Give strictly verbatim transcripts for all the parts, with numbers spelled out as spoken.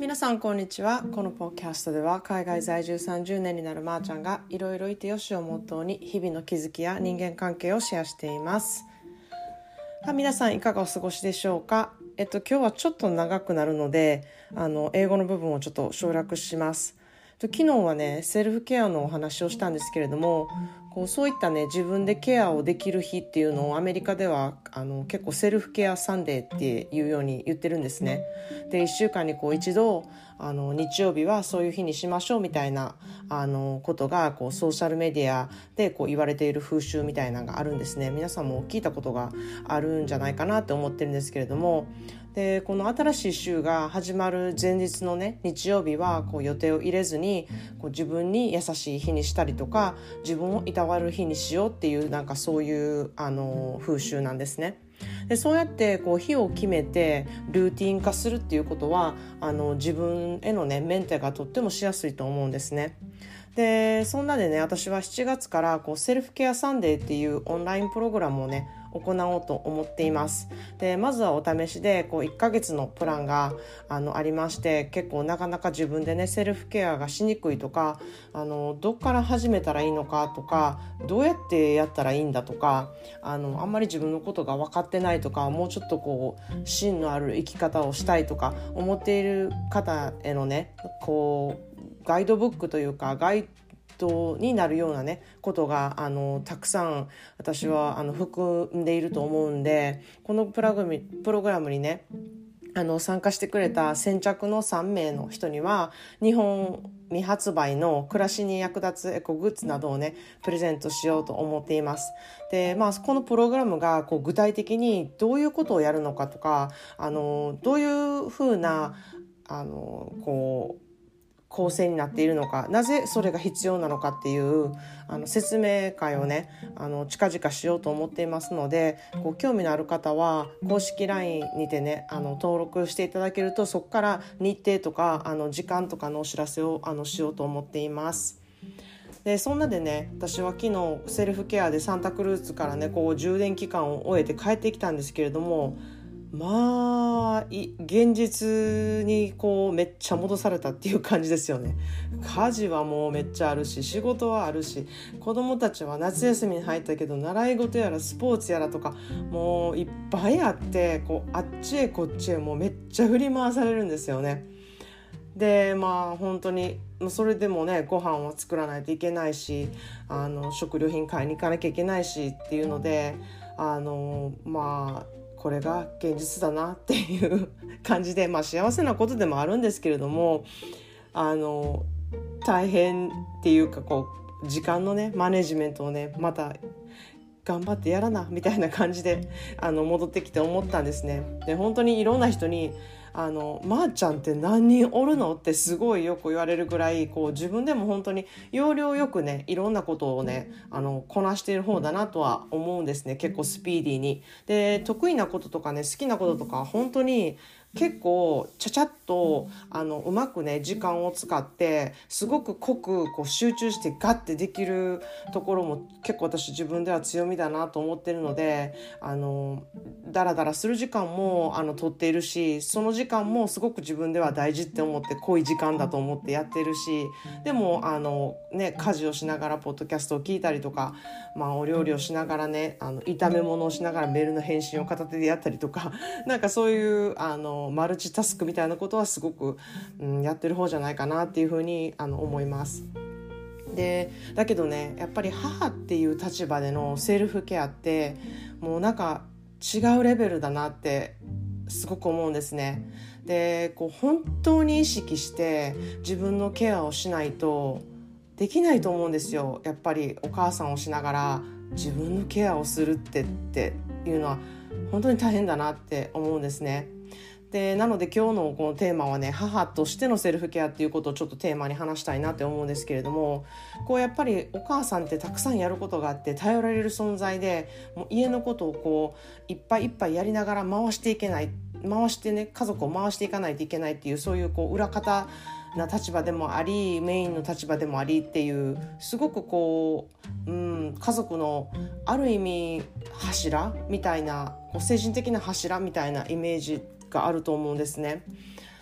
皆さんこんにちは。このポッドキャストでは海外在住さんじゅうねんになるまーちゃんがいろいろいてよしをモットーに日々の気づきや人間関係をシェアしています。は皆さんいかがお過ごしでしょうか。えっと今日はちょっと長くなるのであの英語の部分をちょっと省略します。昨日はねセルフケアのお話をしたんですけれども、こうそういったね自分でケアをできる日っていうのをアメリカではあの結構セルフケアサンデーっていうように言ってるんですね。でいっしゅうかんにこう一度あの日曜日はそういう日にしましょうみたいなあのことがこうソーシャルメディアでこう言われている風習みたいなのがあるんですね。皆さんも聞いたことがあるんじゃないかなって思ってるんですけれども、でこの新しい週が始まる前日のね日曜日はこう予定を入れずにこう自分に優しい日にしたりとか自分をいたわる日にしようっていうなんかそういうあの風習なんですね。でそうやってこう日を決めてルーティン化するっていうことはあの自分へのねメンテがとってもしやすいと思うんですね。でそんなでね私はしちがつからこうセルフケアサンデーっていうオンラインプログラムをね行おうと思っています。でまずはお試しでこういっかげつのプランが あのありまして、結構なかなか自分でねセルフケアがしにくいとかあのどっから始めたらいいのかとかどうやってやったらいいんだとか あのあんまり自分のことが分かってないとかもうちょっとこう芯のある生き方をしたいとか思っている方へのねこうガイドブックというかガイドになるようなねことがあのたくさん私はあの含んでいると思うんで、このプログラム、プログラムにねあの参加してくれた先着のさんめいの人には日本未発売の暮らしに役立つエコグッズなどをねプレゼントしようと思っています。で、まあ、このプログラムがこう具体的にどういうことをやるのかとかあのどういうふうなあのこう構成になっているのか、なぜそれが必要なのかっていうあの説明会をねあの近々しようと思っていますので、こう興味のある方は公式 ライン にてねあの登録していただけるとそこから日程とかあの時間とかのお知らせをあのしようと思っています。でそんなでね私は昨日セルフケアでサンタクルーズからねこう充電期間を終えて帰ってきたんですけれども、まあ現実にこうめっちゃ戻されたっていう感じですよね。家事はもうめっちゃあるし仕事はあるし子供たちは夏休みに入ったけど習い事やらスポーツやらとかもういっぱいあってこうあっちへこっちへもうめっちゃ振り回されるんですよね。でまあ本当にそれでもねご飯を作らないといけないしあの食料品買いに行かなきゃいけないしっていうのであのまあこれが現実だなっていう感じで、まあ幸せなことでもあるんですけれどもあの大変っていうかこう時間のねマネジメントをねまた頑張ってやらなみたいな感じであの戻ってきて思ったんですね。で本当にいろんな人にあのまーちゃんって何人おるのってすごいよく言われるぐらいこう自分でも本当に要領よくねいろんなことをねあのこなしている方だなとは思うんですね。結構スピーディーにで得意なこととかね好きなこととか本当に結構ちゃちゃっとあのうまくね時間を使ってすごく濃くこう集中してガッてできるところも結構私自分では強みだなと思ってるのであのダラダラする時間もあの取っているしその時間もすごく自分では大事って思って濃い時間だと思ってやってるし、でもあのね家事をしながらポッドキャストを聞いたりとか、まあ、お料理をしながらねあの炒め物をしながらメールの返信を片手でやったりとかなんかそういうあのマルチタスクみたいなことはすごく、うん、やってる方じゃないかなっていうふうにあの思います。でだけどねやっぱり母っていう立場でのセルフケアってもうなんか違うレベルだなってすごく思うんですね。でこう本当に意識して自分のケアをしないとできないと思うんですよ。やっぱりお母さんをしながら自分のケアをするってっていうのは本当に大変だなって思うんですね。でなので今日のこのテーマはね母としてのセルフケアっていうことをちょっとテーマに話したいなって思うんですけれども、こうやっぱりお母さんってたくさんやることがあって頼られる存在でもう家のことをこういっぱいいっぱいやりながら回していけない回してね家族を回していかないといけないっていうそういうこう裏方な立場でもありメインの立場でもありっていうすごくこう、うん、家族のある意味柱みたいなこう精神的な柱みたいなイメージがあると思うんですね。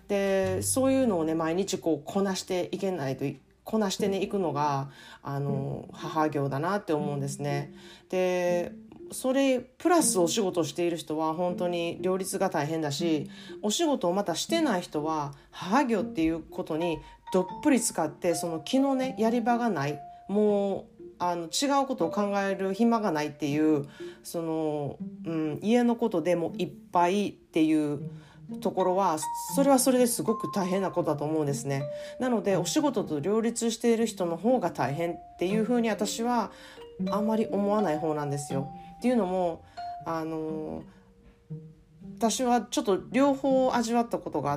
でそういうのをね毎日こうこなしていけないとこなしてねいくのがあの母業だなって思うんですね。でそれプラスお仕事をしている人は本当に両立が大変だし、お仕事をまたしてない人は母業っていうことにどっぷり使って、その気のねやり場がない、もうあの違うことを考える暇がないっていう、その、うん、家のことでもいっぱいっていうところは、それはそれですごく大変なことだと思うんですね。なのでお仕事と両立している人の方が大変っていうふうに私はあんまり思わない方なんですよ。っていうのもあの私はちょっと両方味わったことがあって、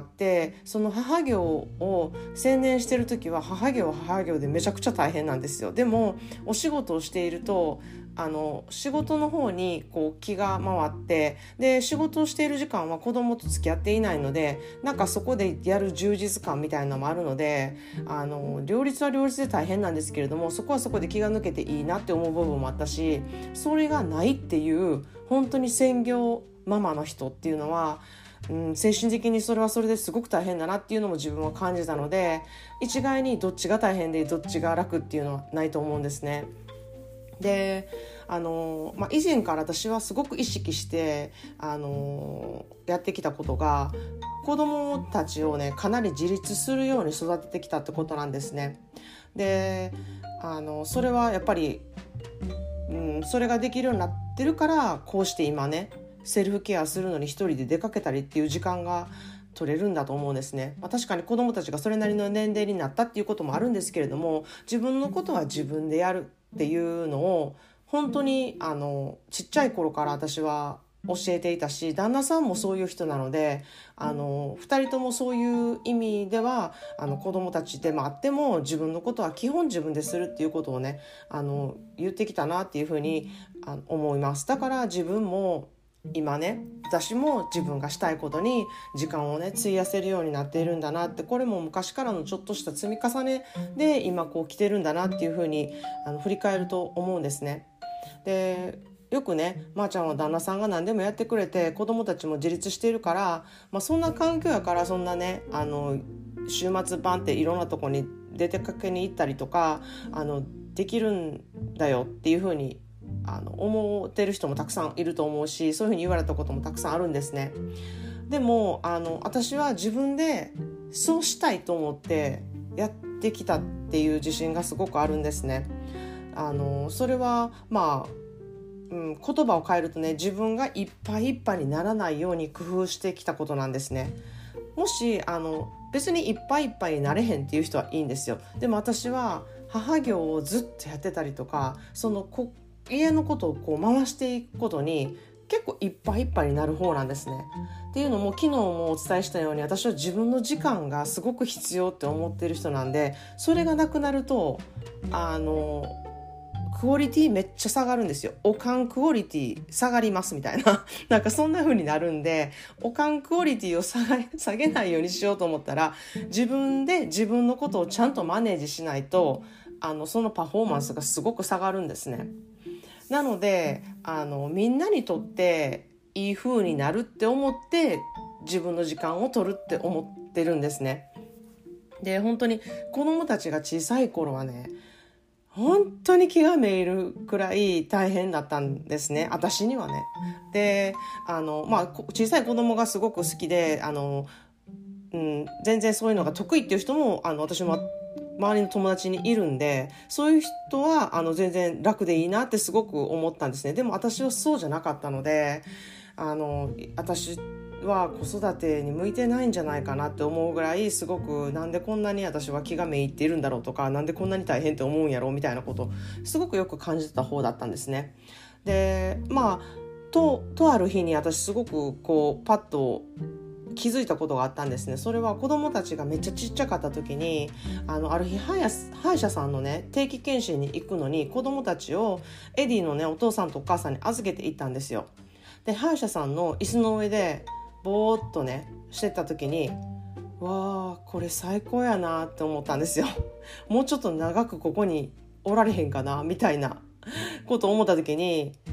その母業を専念してる時は母業は母業でめちゃくちゃ大変なんですよ。でもお仕事をしているとあの仕事の方にこう気が回って、で仕事をしている時間は子供と付き合っていないので、なんかそこでやる充実感みたいなのもあるので、あの両立は両立で大変なんですけれども、そこはそこで気が抜けていいなって思う部分もあったし、それがないっていう本当に専業ママの人っていうのは、うん、精神的にそれはそれですごく大変だなっていうのも自分は感じたので、一概にどっちが大変でどっちが楽っていうのはないと思うんですね。であの、まあ、以前から私はすごく意識してあのやってきたことが、子供たちをねかなり自立するように育ててきたってことなんですね。であのそれはやっぱり、うん、それができるようになってるから、こうして今ねセルフケアするのに一人で出かけたりっていう時間が取れるんだと思うんですね。まあ、確かに子どもたちがそれなりの年齢になったっていうこともあるんですけれども、自分のことは自分でやるっていうのを本当にあのちっちゃい頃から私は教えていたし、旦那さんもそういう人なので、あのふたりともそういう意味ではあの子供たちでもあっても自分のことは基本自分でするっていうことをねあの言ってきたなっていうふうにあ思います。だから自分も今ね私も自分がしたいことに時間をね費やせるようになっているんだなって、これも昔からのちょっとした積み重ねで今こう来てるんだなっていうふうにあの振り返ると思うんですね。でよくね、まーちゃんは旦那さんが何でもやってくれて子供たちも自立しているから、まあ、そんな環境やからそんなねあの週末バンっていろんなとこに出かけに行ったりとかあのできるんだよっていうふうにあの思ってる人もたくさんいると思うし、そういうふうに言われたこともたくさんあるんですね。でもあの私は自分でそうしたいと思ってやってきたっていう自信がすごくあるんですね。あのそれはまあ、うん、言葉を変えるとね、自分がいっぱいいっぱいにならないように工夫してきたことなんですね。もしあの別にいっぱいいっぱいになれへんっていう人はいいんですよ。でも私は母業をずっとやってたりとか、そのこ家のことをこう回していくことに結構いっぱいいっぱいになる方なんですね。っていうのも昨日もお伝えしたように、私は自分の時間がすごく必要って思ってる人なんで、それがなくなるとあのクオリティめっちゃ下がるんですよ。おかんクオリティ下がりますみたいななんかそんな風になるんで、おかんクオリティを下げ、下げないようにしようと思ったら、自分で自分のことをちゃんとマネージしないとあのそのパフォーマンスがすごく下がるんですね。なのであのみんなにとっていい風になるって思って自分の時間を取るって思ってるんですね。で本当に子供たちが小さい頃はね本当に気がめいるくらい大変だったんですね、私にはね。であの、まあ、小さい子供がすごく好きであの、うん、全然そういうのが得意っていう人もあの私も周りの友達にいるんで、そういう人はあの全然楽でいいなってすごく思ったんですね。でも私はそうじゃなかったので、あの私は子育てに向いてないんじゃないかなって思うぐらい、すごくなんでこんなに私は気がめいっているんだろうとか、なんでこんなに大変って思うんやろうみたいなことすごくよく感じてた方だったんですね。でまあと、とある日に私すごくこうパッと気づいたことがあったんですね。それは子供たちがめっちゃちっちゃかった時に、あのある日歯医者さんのね定期検診に行くのに子供たちをエディのねお父さんとお母さんに預けて行ったんですよ。で歯医者さんの椅子の上でぼーっとねしてた時に、わーこれ最高やなって思ったんですよ。もうちょっと長くここにおられへんかなみたいなことを思った時に、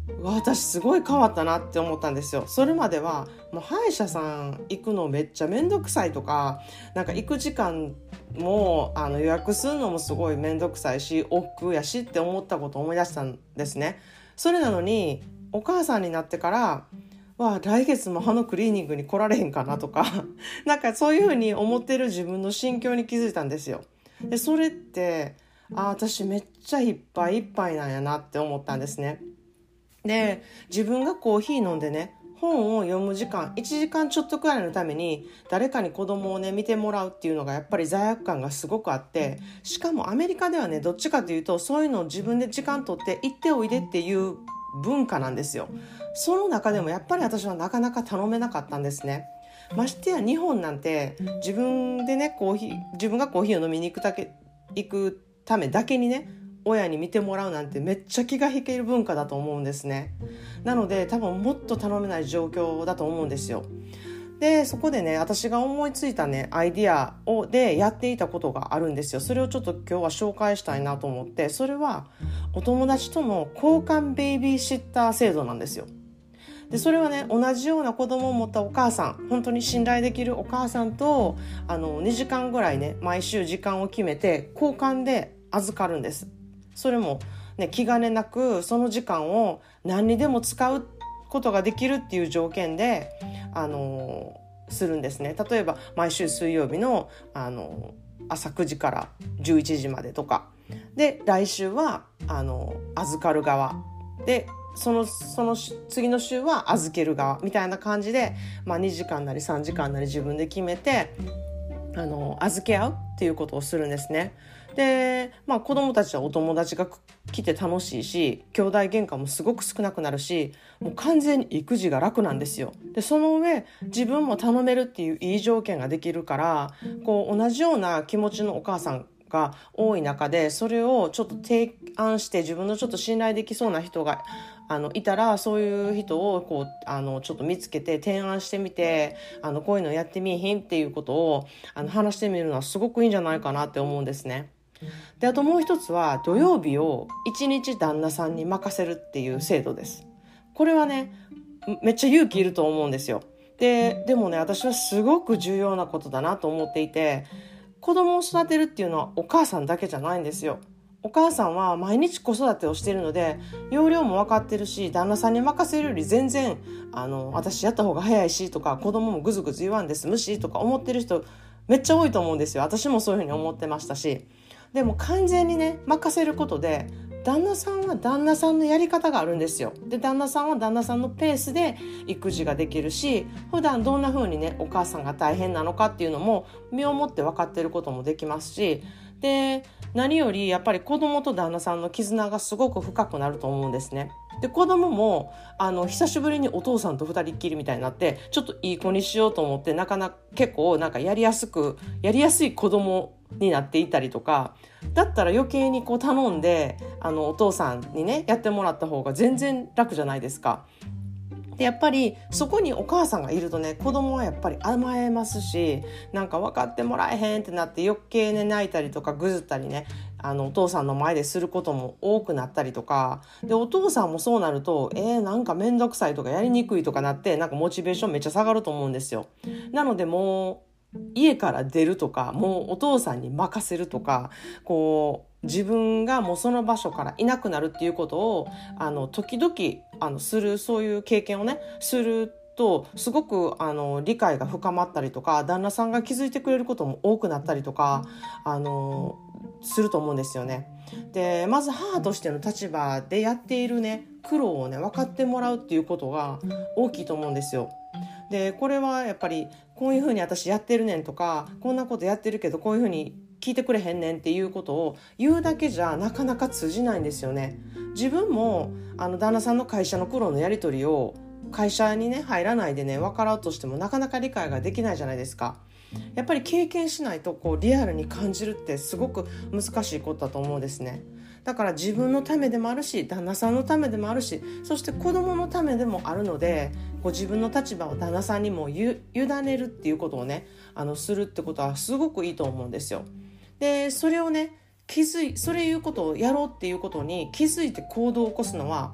私すごい変わったなって思ったんですよ。それまではもう歯医者さん行くのめっちゃめんどくさいとか、なんか行く時間もあの予約するのもすごいめんどくさいし億劫やしって思ったことを思い出したんですね。それなのにお母さんになってからわ来月も歯のクリーニングに来られへんかなとかなんかそういうふうに思ってる自分の心境に気づいたんですよ。でそれってあ私めっちゃいっぱいいっぱいなんやなって思ったんですね。で自分がコーヒー飲んでね本を読む時間いちじかんちょっとくらいのために誰かに子供をね見てもらうっていうのがやっぱり罪悪感がすごくあって、しかもアメリカではねどっちかというとそういうのを自分で時間取って行っておいでっていう文化なんですよ。その中でもやっぱり私はなかなか頼めなかったんですね。ましてや日本なんて自分でねコーヒー自分がコーヒーを飲みに行くだけ行くためだけにね親に見てもらうなんてめっちゃ気が引ける文化だと思うんですね。なので多分もっと頼めない状況だと思うんですよ。でそこでね私が思いついたねアイディアをでやっていたことがあるんですよ。それをちょっと今日は紹介したいなと思って、それはお友達との交換ベイビーシッター制度なんですよ。でそれはね同じような子供を持ったお母さん、本当に信頼できるお母さんとあのにじかんぐらいね毎週時間を決めて交換で預かるんです。それも、ね、気兼ねなくその時間を何にでも使うことができるっていう条件で、あのー、するんですね。例えば毎週水曜日の、あのー、朝くじからじゅういちじまでとかで、来週はあのー、預かる側でその、その次の週は預ける側みたいな感じで、まあ、にじかんなりさんじかんなり自分で決めてあの預け合うっていうことをするんですね。で、まあ、子供たちはお友達が来て楽しいし、兄弟喧嘩もすごく少なくなるし、もう完全に育児が楽なんですよ。でその上自分も頼めるっていういい条件ができるから、こう同じような気持ちのお母さんが多い中でそれをちょっと提案して、自分のちょっと信頼できそうな人があのいたら、そういう人をこうあのちょっと見つけて提案してみて、あのこういうのやってみいひんっていうことをあの話してみるのはすごくいいんじゃないかなって思うんですね。であともう一つは土曜日を一日旦那さんに任せるっていう制度です。これはねめっちゃ勇気いると思うんですよ。ででもね私はすごく重要なことだなと思っていて、子供を育てるっていうのはお母さんだけじゃないんですよ。お母さんは毎日子育てをしているので容量も分かってるし、旦那さんに任せるより全然あの私やった方が早いしとか、子供もぐずぐず言わんで済むしとか思ってる人めっちゃ多いと思うんですよ。私もそういうふうに思ってましたし、でも完全にね任せることで旦那さんは旦那さんのやり方があるんですよ。で旦那さんは旦那さんのペースで育児ができるし、普段どんな風にねお母さんが大変なのかっていうのも身をもって分かってることもできますし、で何よりやっぱり子供と旦那さんの絆がすごく深くなると思うんですね。で子供もあの久しぶりにお父さんと二人っきりみたいになってちょっといい子にしようと思って、なかなか結構なんかやりやすくやりやすい子供になっていたりとか、だったら余計にこう頼んであのお父さんにねやってもらった方が全然楽じゃないですか。でやっぱりそこにお母さんがいるとね子供はやっぱり甘えますし、なんか分かってもらえへんってなって余計ね泣いたりとかぐずったりね、あのお父さんの前ですることも多くなったりとかで、お父さんもそうなるとえー、なんかめんどくさいとかやりにくいとかなって、なんかモチベーションめっちゃ下がると思うんですよ。なのでもう家から出るとか、もうお父さんに任せるとか、こう自分がもうその場所からいなくなるっていうことをあの時々あのする、そういう経験をねするとすごくあの理解が深まったりとか、旦那さんが気づいてくれることも多くなったりとかあのすると思うんですよね。でまず母としての立場でやっているね苦労をね分かってもらうっていうことが大きいと思うんですよ。でこれはやっぱりこういうふうに私やってるねんとか、こんなことやってるけどこういうふうに聞いてくれへんねんっていうことを言うだけじゃなかなか通じないんですよね。自分もあの旦那さんの会社の苦労のやり取りを会社にね入らないでね分からうとしてもなかなか理解ができないじゃないですか。やっぱり経験しないとこうリアルに感じるってすごく難しいことだと思うんですね。だから自分のためでもあるし、旦那さんのためでもあるし、そして子供のためでもあるので、こう自分の立場を旦那さんにもゆ委ねるっていうことをねあのするってことはすごくいいと思うんですよ。でそれをね気づいそれいうことをやろうっていうことに気づいて行動を起こすのは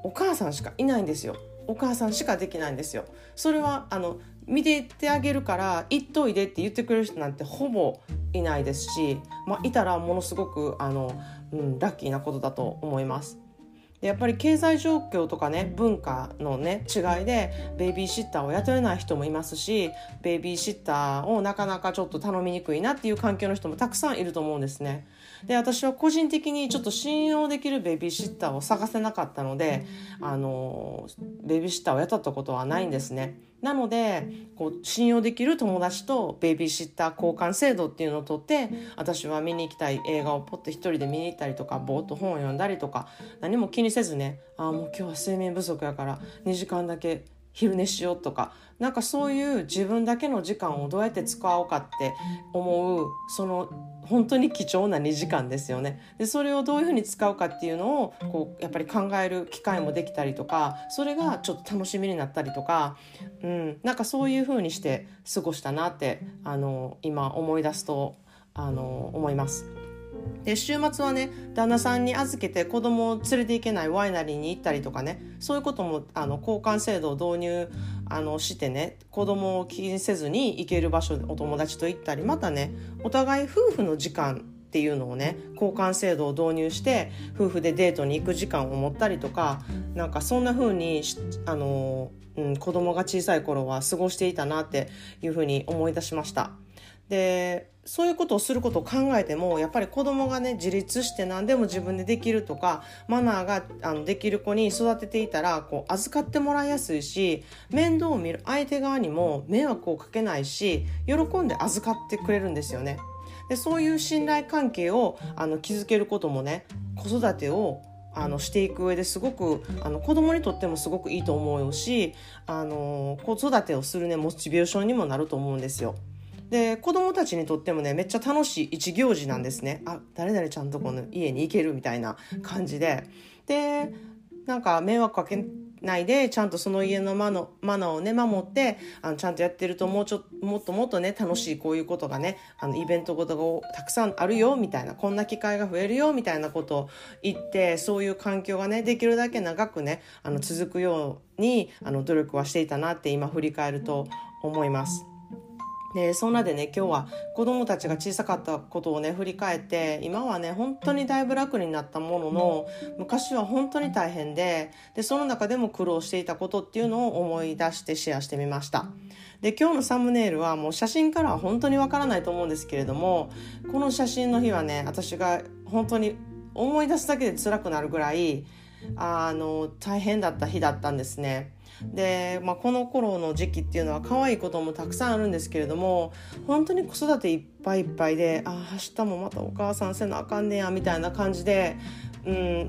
お母さんしかいないんですよ。お母さんしかできないんですよ。それはあの見ててあげるから行っといでって言ってくれる人なんてほぼいないですし、まあ、いたらものすごくあの、うん、ラッキーなことだと思います。でやっぱり経済状況とかね文化のね違いでベイビーシッターを雇えない人もいますし、ベイビーシッターをなかなかちょっと頼みにくいなっていう環境の人もたくさんいると思うんですね。で私は個人的にちょっと信用できるベイビーシッターを探せなかったので、あのベイビーシッターを雇ったことはないんですね。なのでこう信用できる友達とベイビーシッター交換制度っていうのを取って、私は見に行きたい映画をポッと一人で見に行ったりとか、ぼーっと本を読んだりとか、何も気にせずね、あもう今日は睡眠不足やからにじかんだけ昼寝しようとか、なんかそういう自分だけの時間をどうやって使おうかって思う、その本当に貴重なにじかんですよね。でそれをどういうふうに使うかっていうのをこうやっぱり考える機会もできたりとか、それがちょっと楽しみになったりとか、うん、なんかそういうふうにして過ごしたなってあの今思い出すとあの思います。で週末はね旦那さんに預けて子供を連れて行けないワイナリーに行ったりとかね、そういうこともあの交換制度を導入あのしてね、子供を気にせずに行ける場所でお友達と行ったり、またねお互い夫婦の時間っていうのをね交換制度を導入して夫婦でデートに行く時間を持ったりとか、なんかそんな風にあの、うん、子供が小さい頃は過ごしていたなっていう風に思い出しました。でそういうことをすることを考えても、やっぱり子供がね自立して何でも自分でできるとか、マナーがあのできる子に育てていたらこう預かってもらいやすいし、面倒を見る相手側にも迷惑をかけないし、喜んで預かってくれるんですよね。でそういう信頼関係をあの築けることもね、子育てをあのしていく上ですごくあの子供にとってもすごくいいと思うし、あの子育てをするねモチベーションにもなると思うんですよ。で子供たちにとってもねめっちゃ楽しい一行事なんですね。あ、誰々ちゃんとこの家に行けるみたいな感じで、でなんか迷惑かけないでちゃんとその家のマナマナーをね守ってあのちゃんとやってると、もうちょもっともっとね楽しいこういうことがねあのイベントことがたくさんあるよみたいな、こんな機会が増えるよみたいなことを言って、そういう環境がねできるだけ長くねあの続くようにあの努力はしていたなって今振り返ると思います。でそんなでね今日は子どもたちが小さかったことをね振り返って、今はね本当にだいぶ楽になったものの、昔は本当に大変で、でその中でも苦労していたことっていうのを思い出してシェアしてみました。で今日のサムネイルはもう写真からは本当にわからないと思うんですけれども、この写真の日はね私が本当に思い出すだけで辛くなるぐらいあの大変だった日だったんですね。で、まあ、この頃の時期っていうのは可愛いこともたくさんあるんですけれども、本当に子育ていっぱいいっぱいで、あ明日もまたお母さんせなあかんねやみたいな感じで、うん、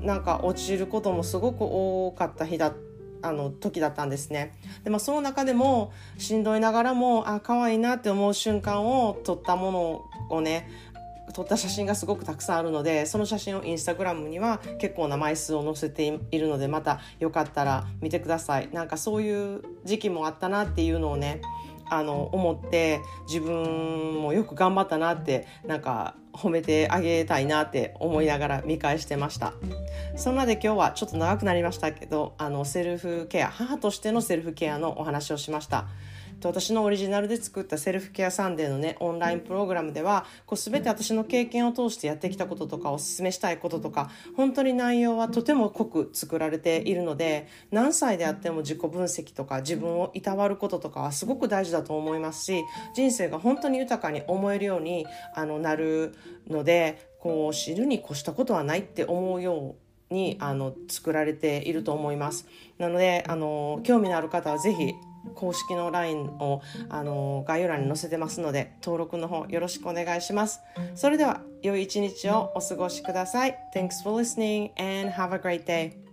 なんか落ちることもすごく多かった日だあの時だったんですね。で、まあ、その中でもしんどいながらもあ可愛いなって思う瞬間を撮ったものをね撮った写真がすごくたくさんあるので、その写真をインスタグラムには結構な枚数を載せているので、またよかったら見てください。なんかそういう時期もあったなっていうのをねあの思って、自分もよく頑張ったなってなんか褒めてあげたいなって思いながら見返してました。そんなで今日はちょっと長くなりましたけど、あのセルフケア、母としてのセルフケアのお話をしました。私のオリジナルで作ったセルフケアサンデーのねオンラインプログラムでは、こう全て私の経験を通してやってきたこととかおすすめしたいこととか、本当に内容はとても濃く作られているので、何歳であっても自己分析とか自分をいたわることとかはすごく大事だと思いますし、人生が本当に豊かに思えるようにあのなるので、こう知るに越したことはないって思うようにあの作られていると思います。なのであの興味のある方はぜひ公式の ライン をあの概要欄に載せてますので、登録の方よろしくお願いします。それでは良い一日をお過ごしください。Thanks for listening and have a great day.